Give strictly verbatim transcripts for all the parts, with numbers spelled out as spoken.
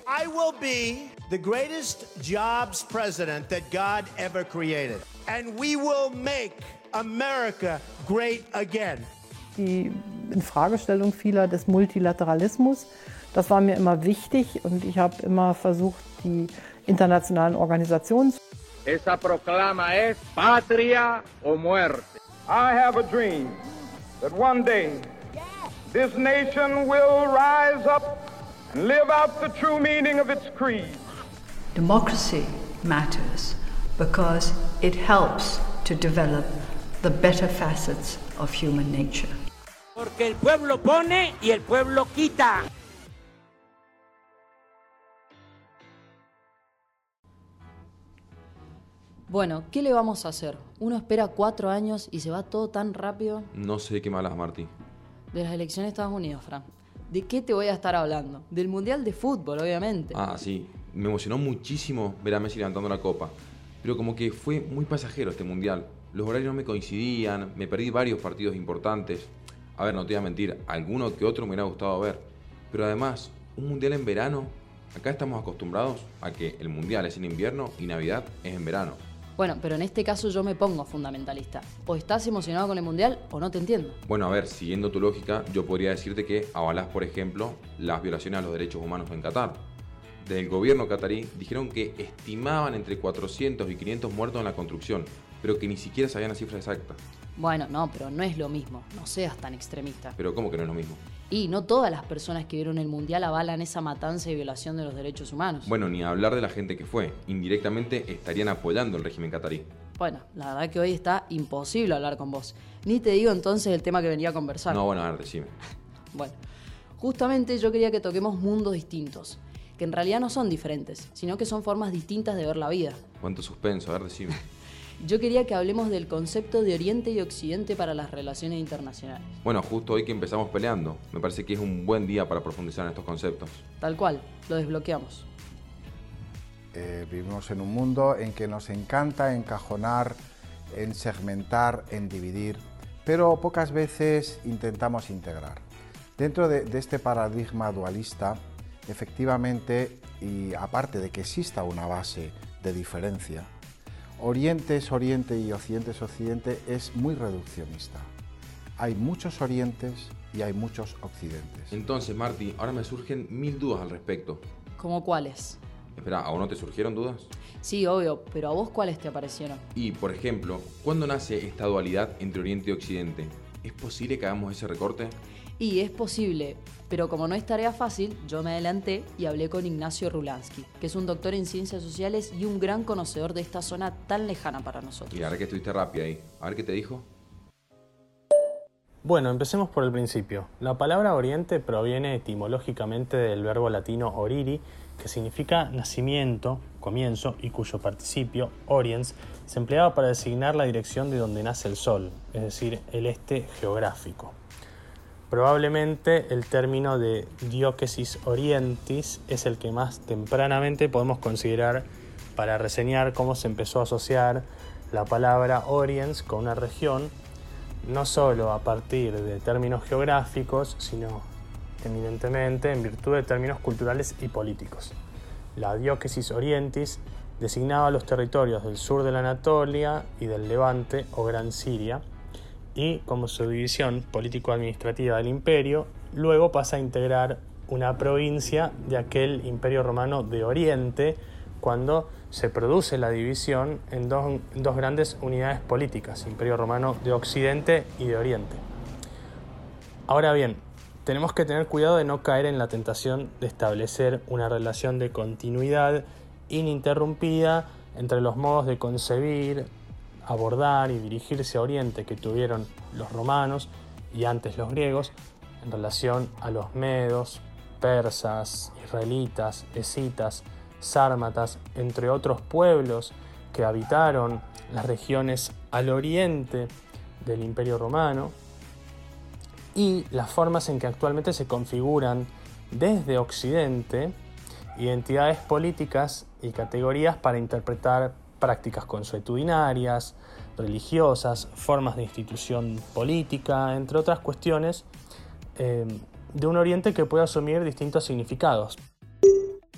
I will be the greatest jobs president that God ever created. And we will make America great again. Die Infragestellung vieler des Multilateralismus, das war mir immer wichtig und ich habe immer versucht, die internationalen Organisationen. Esa proclama es patria o muerte. I have a dream that one day this nation will rise up and live out the true meaning of its creed. Democracy matters because it helps to develop the better facets of human nature. Porque el pueblo pone y el pueblo quita. Bueno, ¿qué le vamos a hacer? Uno espera cuatro años y se va todo tan rápido. No sé de qué me hablas, Martí. De las elecciones de Estados Unidos, Fran. ¿De qué te voy a estar hablando? Del Mundial de Fútbol, obviamente. Ah, sí. Me emocionó muchísimo ver a Messi levantando la copa. Pero como que fue muy pasajero este Mundial. Los horarios no me coincidían, me perdí varios partidos importantes. A ver, no te voy a mentir, alguno que otro me hubiera gustado ver. Pero además, un Mundial en verano. Acá estamos acostumbrados a que el Mundial es en invierno y Navidad es en verano. Bueno, pero en este caso yo me pongo fundamentalista. O estás emocionado con el Mundial o no te entiendo. Bueno, a ver, siguiendo tu lógica, yo podría decirte que avalás, por ejemplo, las violaciones a los derechos humanos en Qatar. Desde el gobierno catarí dijeron que estimaban entre cuatrocientos y quinientos muertos en la construcción, pero que ni siquiera sabían la cifra exacta. Bueno, no, pero no es lo mismo. No seas tan extremista. ¿Pero cómo que no es lo mismo? Y no todas las personas que vieron el Mundial avalan esa matanza y violación de los derechos humanos. Bueno, ni hablar de la gente que fue. Indirectamente estarían apoyando el régimen catarí. Bueno, la verdad que hoy está imposible hablar con vos. Ni te digo entonces el tema que venía a conversar. No, bueno, a ver, decime. Bueno, justamente yo quería que toquemos mundos distintos. Que en realidad no son diferentes, sino que son formas distintas de ver la vida. Cuánto suspenso, a ver, decime. Yo quería que hablemos del concepto de Oriente y Occidente para las relaciones internacionales. Bueno, justo hoy que empezamos peleando, me parece que es un buen día para profundizar en estos conceptos. Tal cual, lo desbloqueamos. Eh, vivimos en un mundo en que nos encanta encajonar, en segmentar, en dividir, pero pocas veces intentamos integrar. Dentro de, de este paradigma dualista, efectivamente, y aparte de que exista una base de diferencia, Oriente es Oriente y Occidente es Occidente es muy reduccionista. Hay muchos Orientes y hay muchos Occidentes. Entonces, Martí, ahora me surgen mil dudas al respecto. ¿Cómo cuáles? Espera, ¿a vos no te surgieron dudas? Sí, obvio, pero ¿a vos cuáles te aparecieron? Y, por ejemplo, ¿cuándo nace esta dualidad entre Oriente y Occidente? ¿Es posible que hagamos ese recorte? Y es posible, pero como no es tarea fácil, yo me adelanté y hablé con Ignacio Rulansky, que es un doctor en ciencias sociales y un gran conocedor de esta zona tan lejana para nosotros. Y ahora que estuviste rápida ahí, a ver qué te dijo. Bueno, empecemos por el principio. La palabra Oriente proviene etimológicamente del verbo latino oriri, que significa nacimiento, comienzo, y cuyo participio, oriens, se empleaba para designar la dirección de donde nace el sol, es decir, el este geográfico. Probablemente el término de diócesis orientis es el que más tempranamente podemos considerar para reseñar cómo se empezó a asociar la palabra oriens con una región, no solo a partir de términos geográficos, sino eminentemente en virtud de términos culturales y políticos. La diócesis orientis designaba los territorios del sur de la Anatolia y del Levante o Gran Siria, y como subdivisión político-administrativa del imperio, luego pasa a integrar una provincia de aquel imperio romano de Oriente cuando se produce la división en dos, en dos grandes unidades políticas, imperio romano de Occidente y de Oriente. Ahora bien, tenemos que tener cuidado de no caer en la tentación de establecer una relación de continuidad ininterrumpida entre los modos de concebir, abordar y dirigirse a Oriente que tuvieron los romanos y antes los griegos en relación a los medos, persas, israelitas, escitas, sármatas, entre otros pueblos que habitaron las regiones al oriente del Imperio Romano, y las formas en que actualmente se configuran desde Occidente identidades políticas y categorías para interpretar prácticas consuetudinarias, religiosas, formas de institución política, entre otras cuestiones, eh, de un Oriente que puede asumir distintos significados.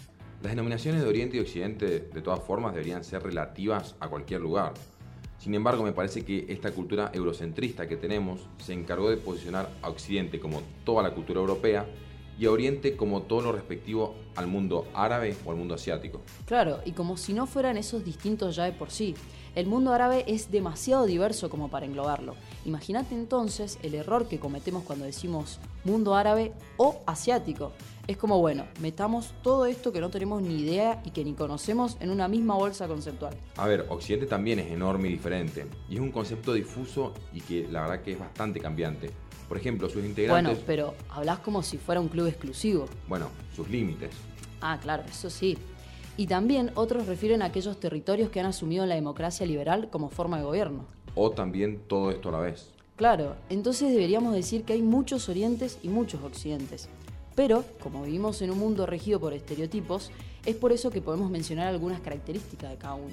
Las denominaciones de Oriente y Occidente, de todas formas, deberían ser relativas a cualquier lugar. Sin embargo, me parece que esta cultura eurocentrista que tenemos se encargó de posicionar a Occidente como toda la cultura europea y a Oriente como todo lo respectivo al mundo árabe o al mundo asiático. Claro, y como si no fueran esos distintos ya de por sí. El mundo árabe es demasiado diverso como para englobarlo. Imagínate entonces el error que cometemos cuando decimos mundo árabe o asiático. Es como, bueno, metamos todo esto que no tenemos ni idea y que ni conocemos en una misma bolsa conceptual. A ver, Occidente también es enorme y diferente, y es un concepto difuso y que la verdad que es bastante cambiante. Por ejemplo, sus integrantes... Bueno, pero hablas como si fuera un club exclusivo. Bueno, sus límites. Ah, claro, eso sí. Y también otros refieren a aquellos territorios que han asumido la democracia liberal como forma de gobierno. O también todo esto a la vez. Claro, entonces deberíamos decir que hay muchos orientes y muchos occidentes. Pero, como vivimos en un mundo regido por estereotipos, es por eso que podemos mencionar algunas características de cada uno.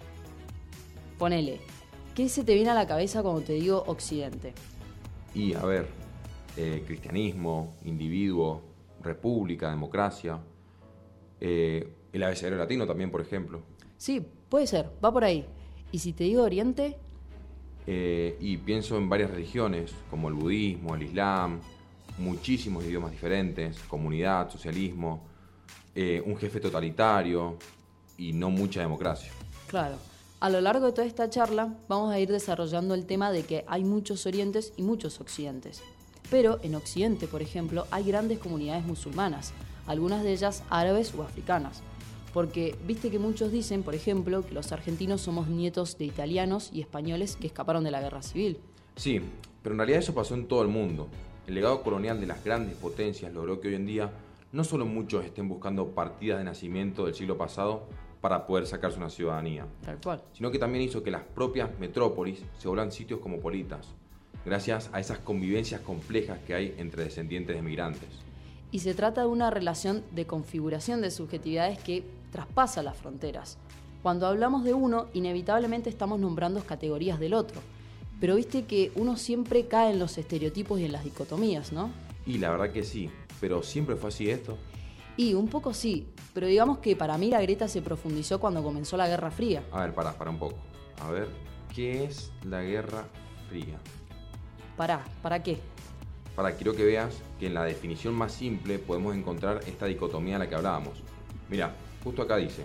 Ponele, ¿qué se te viene a la cabeza cuando te digo occidente? Y, a ver, eh, cristianismo, individuo, república, democracia, eh, el abecedario latino también, por ejemplo. Sí, puede ser, va por ahí. ¿Y si te digo oriente? Eh, y pienso en varias religiones, como el budismo, el islam, muchísimos idiomas diferentes, comunidad, socialismo, eh, un jefe totalitario y no mucha democracia. Claro. A lo largo de toda esta charla vamos a ir desarrollando el tema de que hay muchos orientes y muchos occidentes. Pero en Occidente, por ejemplo, hay grandes comunidades musulmanas, algunas de ellas árabes o africanas. Porque viste que muchos dicen, por ejemplo, que los argentinos somos nietos de italianos y españoles que escaparon de la guerra civil. Sí, pero en realidad eso pasó en todo el mundo. El legado colonial de las grandes potencias logró que hoy en día no solo muchos estén buscando partidas de nacimiento del siglo pasado para poder sacarse una ciudadanía, Tal cual. sino que también hizo que las propias metrópolis se volvieran sitios cosmopolitas, gracias a esas convivencias complejas que hay entre descendientes de migrantes. Y se trata de una relación de configuración de subjetividades que traspasa las fronteras. Cuando hablamos de uno, inevitablemente estamos nombrando categorías del otro. Pero viste que uno siempre cae en los estereotipos y en las dicotomías, ¿no? Y la verdad que sí, pero ¿siempre fue así esto? Y un poco sí, pero digamos que para mí la grieta se profundizó cuando comenzó la Guerra Fría. A ver, pará, pará un poco. A ver, ¿qué es la Guerra Fría? Pará, ¿para qué? Para, quiero que veas que en la definición más simple podemos encontrar esta dicotomía de la que hablábamos. Mirá, justo acá dice: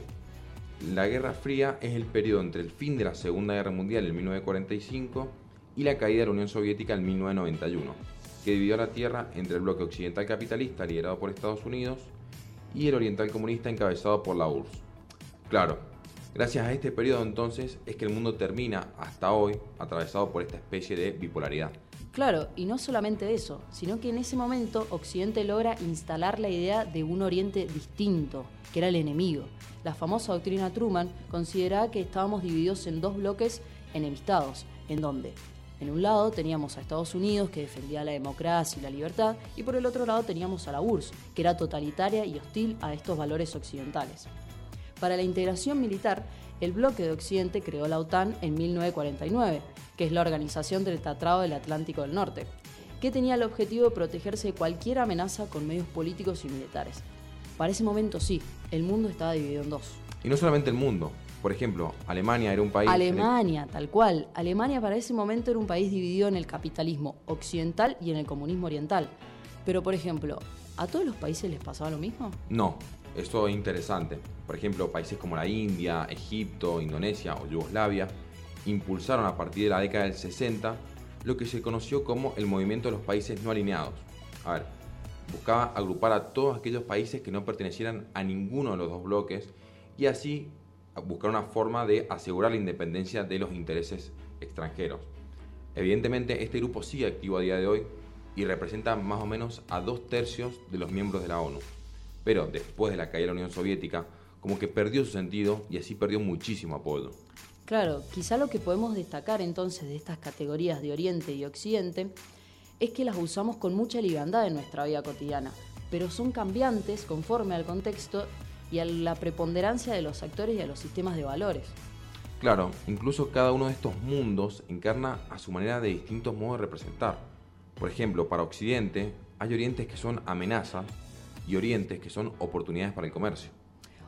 la Guerra Fría es el periodo entre el fin de la Segunda Guerra Mundial en mil novecientos cuarenta y cinco y la caída de la Unión Soviética en mil novecientos noventa y uno, que dividió la Tierra entre el bloque occidental capitalista liderado por Estados Unidos y el oriental comunista encabezado por la U R S S. Claro, gracias a este periodo entonces es que el mundo termina hasta hoy atravesado por esta especie de bipolaridad. Claro, y no solamente eso, sino que en ese momento Occidente logra instalar la idea de un Oriente distinto, que era el enemigo. La famosa doctrina Truman consideraba que estábamos divididos en dos bloques enemistados, en donde en un lado teníamos a Estados Unidos, que defendía la democracia y la libertad, y por el otro lado teníamos a la U R S S, que era totalitaria y hostil a estos valores occidentales. Para la integración militar, el bloque de Occidente creó la OTAN en mil novecientos cuarenta y nueve, que es la Organización del Tratado del Atlántico del Norte, que tenía el objetivo de protegerse de cualquier amenaza con medios políticos y militares. Para ese momento sí, el mundo estaba dividido en dos. Y no solamente el mundo. Por ejemplo, Alemania era un país... Alemania, el... tal cual. Alemania para ese momento era un país dividido en el capitalismo occidental y en el comunismo oriental. Pero, por ejemplo, ¿a todos los países les pasaba lo mismo? No, esto es interesante. Por ejemplo, países como la India, Egipto, Indonesia o Yugoslavia impulsaron a partir de la década del sesenta lo que se conoció como el movimiento de los países no alineados. A ver, buscaba agrupar a todos aquellos países que no pertenecieran a ninguno de los dos bloques y así buscar una forma de asegurar la independencia de los intereses extranjeros. Evidentemente, este grupo sigue activo a día de hoy y representa más o menos a dos tercios de los miembros de la ONU. Pero después de la caída de la Unión Soviética, como que perdió su sentido y así perdió muchísimo apoyo. Claro, quizá lo que podemos destacar entonces de estas categorías de Oriente y Occidente es que las usamos con mucha liviandad en nuestra vida cotidiana, pero son cambiantes conforme al contexto y a la preponderancia de los actores y a los sistemas de valores. Claro, incluso cada uno de estos mundos encarna a su manera de distintos modos de representar. Por ejemplo, para Occidente hay orientes que son amenazas y orientes que son oportunidades para el comercio.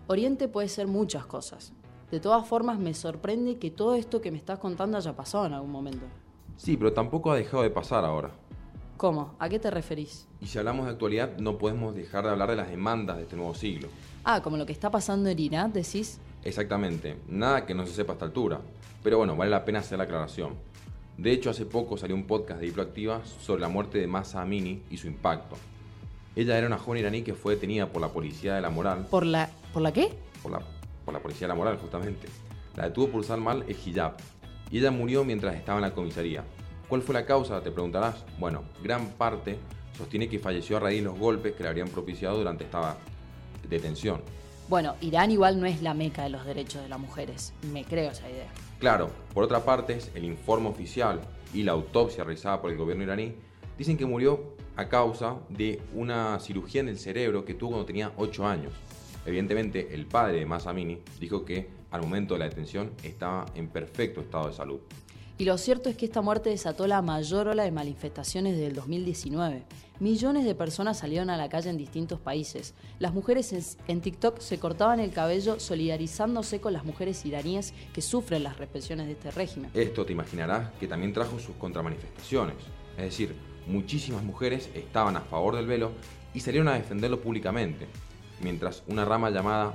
Oriente puede ser muchas cosas. De todas formas, me sorprende que todo esto que me estás contando haya pasado en algún momento. Sí, pero tampoco ha dejado de pasar ahora. ¿Cómo? ¿A qué te referís? Y si hablamos de actualidad, no podemos dejar de hablar de las demandas de este nuevo siglo. Ah, como lo que está pasando en Irán, decís. Exactamente, nada que no se sepa a esta altura. Pero bueno, vale la pena hacer la aclaración. De hecho, hace poco salió un podcast de Diploactiva sobre la muerte de Mahsa Amini y su impacto. Ella era una joven iraní que fue detenida por la policía de la moral. ¿Por la, ¿por la qué? Por la, por la policía de la moral, justamente. La detuvo por usar mal el hijab. Y ella murió mientras estaba en la comisaría. ¿Cuál fue la causa? Te preguntarás. Bueno, gran parte sostiene que falleció a raíz de los golpes que le habrían propiciado durante esta detención. Bueno, Irán igual no es la meca de los derechos de las mujeres. Me creo esa idea. Claro, por otra parte, el informe oficial y la autopsia realizada por el gobierno iraní dicen que murió a causa de una cirugía en el cerebro que tuvo cuando tenía ocho años. Evidentemente, el padre de Mahsa Amini dijo que al momento de la detención estaba en perfecto estado de salud. Y lo cierto es que esta muerte desató la mayor ola de manifestaciones desde el dos mil diecinueve. Millones de personas salieron a la calle en distintos países. Las mujeres en TikTok se cortaban el cabello solidarizándose con las mujeres iraníes que sufren las represiones de este régimen. Esto te imaginarás que también trajo sus contramanifestaciones. Es decir, muchísimas mujeres estaban a favor del velo y salieron a defenderlo públicamente, mientras una rama llamada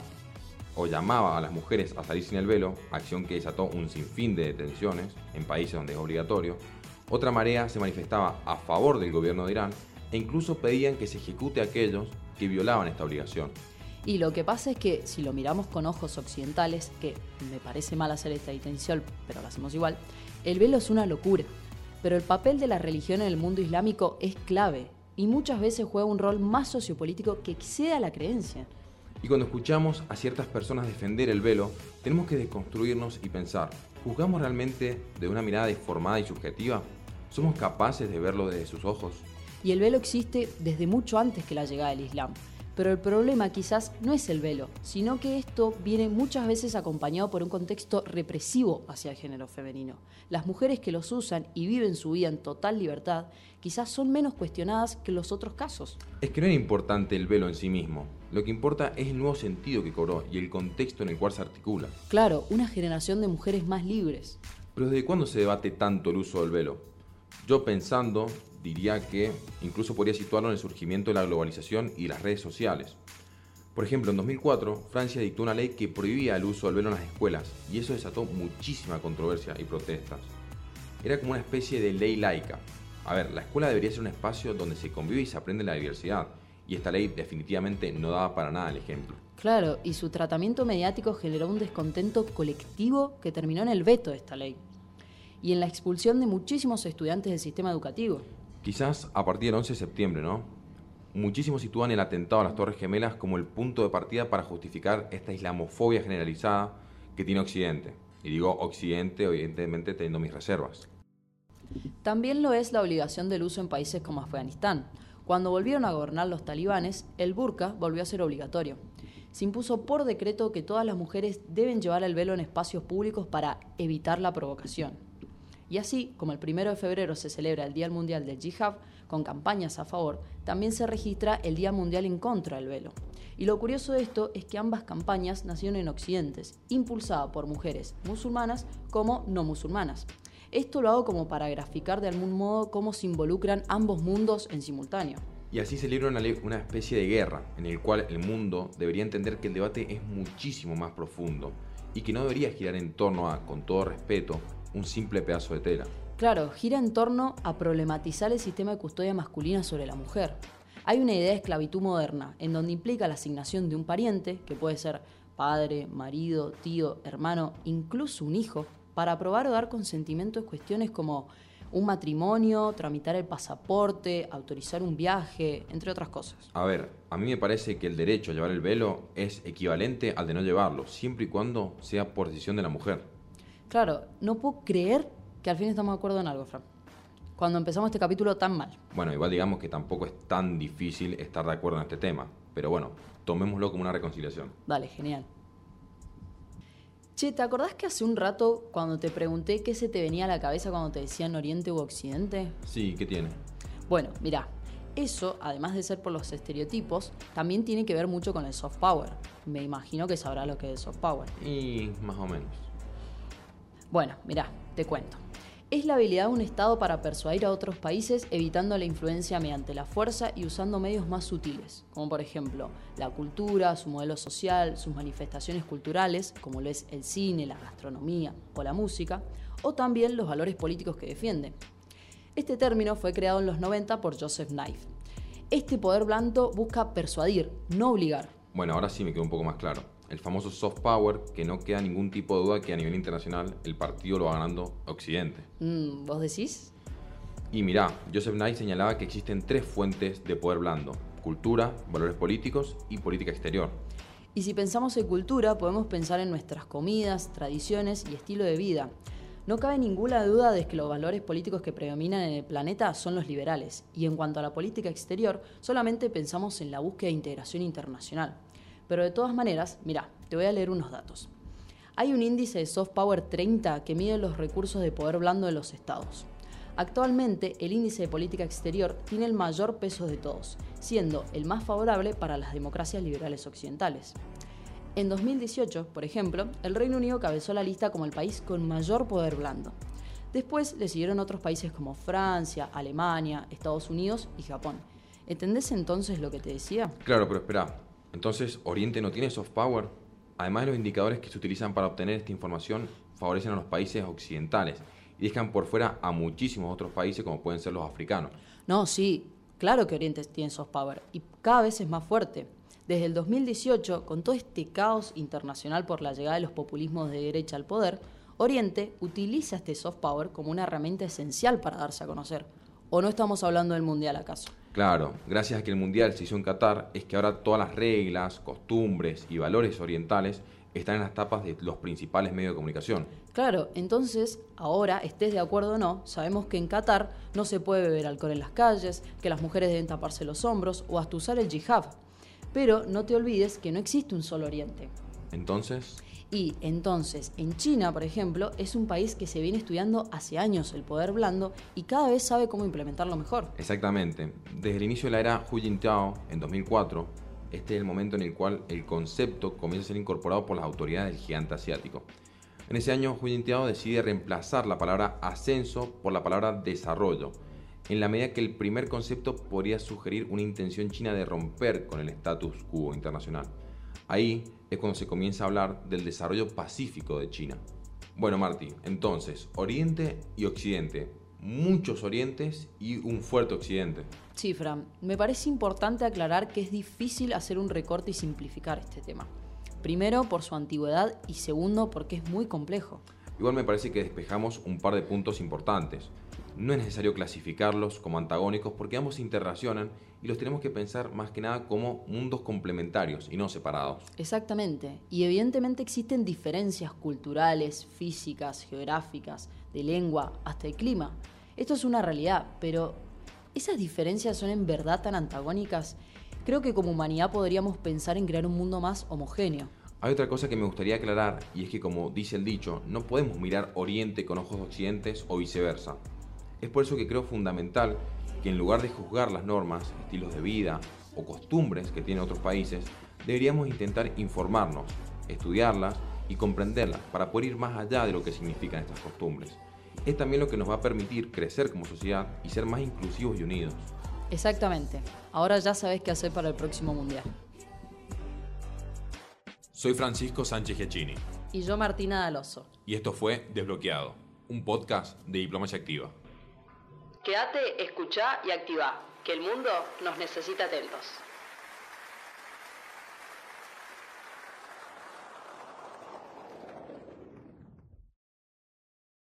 o llamaba a las mujeres a salir sin el velo, acción que desató un sinfín de detenciones en países donde es obligatorio. Otra marea se manifestaba a favor del gobierno de Irán e incluso pedían que se ejecute a aquellos que violaban esta obligación. Y lo que pasa es que si lo miramos con ojos occidentales, que me parece mal hacer esta distinción, pero lo hacemos igual, el velo es una locura. Pero el papel de la religión en el mundo islámico es clave y muchas veces juega un rol más sociopolítico que excede a la creencia. Y cuando escuchamos a ciertas personas defender el velo, tenemos que desconstruirnos y pensar, ¿juzgamos realmente de una mirada deformada y subjetiva? ¿Somos capaces de verlo desde sus ojos? Y el velo existe desde mucho antes que la llegada del Islam. Pero el problema quizás no es el velo, sino que esto viene muchas veces acompañado por un contexto represivo hacia el género femenino. Las mujeres que los usan y viven su vida en total libertad, quizás son menos cuestionadas que los otros casos. Es que no era importante el velo en sí mismo. Lo que importa es el nuevo sentido que cobró y el contexto en el cual se articula. Claro, una generación de mujeres más libres. Pero ¿desde cuándo se debate tanto el uso del velo? Yo pensando, diría que incluso podría situarlo en el surgimiento de la globalización y las redes sociales. Por ejemplo, en dos mil cuatro, Francia dictó una ley que prohibía el uso del velo en las escuelas y eso desató muchísima controversia y protestas. Era como una especie de ley laica. A ver, la escuela debería ser un espacio donde se convive y se aprende la diversidad y esta ley definitivamente no daba para nada el ejemplo. Claro, y su tratamiento mediático generó un descontento colectivo que terminó en el veto de esta ley y en la expulsión de muchísimos estudiantes del sistema educativo. Quizás a partir del once de septiembre, ¿no? Muchísimos sitúan el atentado a las Torres Gemelas como el punto de partida para justificar esta islamofobia generalizada que tiene Occidente. Y digo Occidente, evidentemente, teniendo mis reservas. También lo es la obligación del uso en países como Afganistán. Cuando volvieron a gobernar los talibanes, el burka volvió a ser obligatorio. Se impuso por decreto que todas las mujeres deben llevar el velo en espacios públicos para evitar la provocación. Y así, como el primero de febrero se celebra el Día Mundial del Yihad, con campañas a favor, también se registra el Día Mundial en contra del velo. Y lo curioso de esto es que ambas campañas nacieron en Occidente, impulsadas por mujeres musulmanas como no musulmanas. Esto lo hago como para graficar de algún modo cómo se involucran ambos mundos en simultáneo. Y así se libra una, una especie de guerra, en el cual el mundo debería entender que el debate es muchísimo más profundo y que no debería girar en torno a, con todo respeto, un simple pedazo de tela. Claro, gira en torno a problematizar el sistema de custodia masculina sobre la mujer. Hay una idea de esclavitud moderna, en donde implica la asignación de un pariente, que puede ser padre, marido, tío, hermano, incluso un hijo, para aprobar o dar consentimiento en cuestiones como un matrimonio, tramitar el pasaporte, autorizar un viaje, entre otras cosas. A ver, a mí me parece que el derecho a llevar el velo es equivalente al de no llevarlo, siempre y cuando sea por decisión de la mujer. Claro, no puedo creer que al fin estamos de acuerdo en algo, Fran. Cuando empezamos este capítulo tan mal. Bueno, igual digamos que tampoco es tan difícil estar de acuerdo en este tema. Pero bueno, tomémoslo como una reconciliación. Dale, genial. Che, ¿te acordás que hace un rato cuando te pregunté qué se te venía a la cabeza cuando te decían Oriente u Occidente? Sí, ¿qué tiene? Bueno, mirá, Eso, además de ser por los estereotipos, también tiene que ver mucho con el soft power. Me imagino que sabrás lo que es el soft power. Y más o menos. Bueno, mirá, te cuento. Es la habilidad de un Estado para persuadir a otros países evitando la influencia mediante la fuerza y usando medios más sutiles, como por ejemplo la cultura, su modelo social, sus manifestaciones culturales, como lo es el cine, la gastronomía o la música, o también los valores políticos que defiende. Este término fue creado en los noventa por Joseph Nye. Este poder blando busca persuadir, no obligar. Bueno, ahora sí me quedó un poco más claro. El famoso soft power, que no queda ningún tipo de duda que a nivel internacional el partido lo va ganando Occidente. Mm, ¿Vos decís? Y mirá, Joseph Nye señalaba que existen tres fuentes de poder blando: cultura, valores políticos y política exterior. Y si pensamos en cultura, podemos pensar en nuestras comidas, tradiciones y estilo de vida. No cabe ninguna duda de que los valores políticos que predominan en el planeta son los liberales. Y en cuanto a la política exterior, solamente pensamos en la búsqueda de integración internacional. Pero de todas maneras, mira, te voy a leer unos datos. Hay un índice de Soft Power treinta que mide los recursos de poder blando de los estados. Actualmente, el índice de política exterior tiene el mayor peso de todos, siendo el más favorable para las democracias liberales occidentales. En dos mil dieciocho, por ejemplo, el Reino Unido cabezó la lista como el país con mayor poder blando. Después le siguieron otros países como Francia, Alemania, Estados Unidos y Japón. ¿Entendés entonces lo que te decía? Claro, pero espera. Entonces, ¿Oriente no tiene soft power? Además de los indicadores que se utilizan para obtener esta información, favorecen a los países occidentales y dejan por fuera a muchísimos otros países como pueden ser los africanos. No, sí, claro que Oriente tiene soft power y cada vez es más fuerte. Desde el dos mil dieciocho, con todo este caos internacional por la llegada de los populismos de derecha al poder, Oriente utiliza este soft power como una herramienta esencial para darse a conocer. ¿O no estamos hablando del Mundial acaso? Claro, gracias a que el Mundial se hizo en Qatar, es que ahora todas las reglas, costumbres y valores orientales están en las tapas de los principales medios de comunicación. Claro, entonces, ahora, estés de acuerdo o no, sabemos que en Qatar no se puede beber alcohol en las calles, que las mujeres deben taparse los hombros o hasta usar el yihad. Pero no te olvides que no existe un solo Oriente. Entonces... Y entonces, en China, por ejemplo, es un país que se viene estudiando hace años el poder blando y cada vez sabe cómo implementarlo mejor. Exactamente. Desde el inicio de la era Hu Jintao, en dos mil cuatro, este es el momento en el cual el concepto comienza a ser incorporado por las autoridades del gigante asiático. En ese año, Hu Jintao decide reemplazar la palabra ascenso por la palabra desarrollo, en la medida que el primer concepto podría sugerir una intención china de romper con el status quo internacional. Ahí es cuando se comienza a hablar del desarrollo pacífico de China. Bueno, Martí, entonces, Oriente y Occidente, muchos Orientes y un fuerte Occidente. Sí, Fran, me parece importante aclarar que es difícil hacer un recorte y simplificar este tema. Primero, por su antigüedad y segundo, porque es muy complejo. Igual me parece que despejamos un par de puntos importantes. No es necesario clasificarlos como antagónicos porque ambos se interrelacionan y los tenemos que pensar más que nada como mundos complementarios y no separados. Exactamente. Y evidentemente existen diferencias culturales, físicas, geográficas, de lengua, hasta el clima. Esto es una realidad, pero ¿esas diferencias son en verdad tan antagónicas? Creo que como humanidad podríamos pensar en crear un mundo más homogéneo. Hay otra cosa que me gustaría aclarar y es que, como dice el dicho, no podemos mirar Oriente con ojos occidentes o viceversa. Es por eso que creo fundamental que en lugar de juzgar las normas, estilos de vida o costumbres que tienen otros países, deberíamos intentar informarnos, estudiarlas y comprenderlas para poder ir más allá de lo que significan estas costumbres. Es también lo que nos va a permitir crecer como sociedad y ser más inclusivos y unidos. Exactamente. Ahora ya sabes qué hacer para el próximo Mundial. Soy Francisco Sánchez Giacchini. Y yo Martina D'Alloso. Y esto fue Desbloqueado, un podcast de Diplomacia Activa. Quédate, escuchá y activá, que el mundo nos necesita atentos.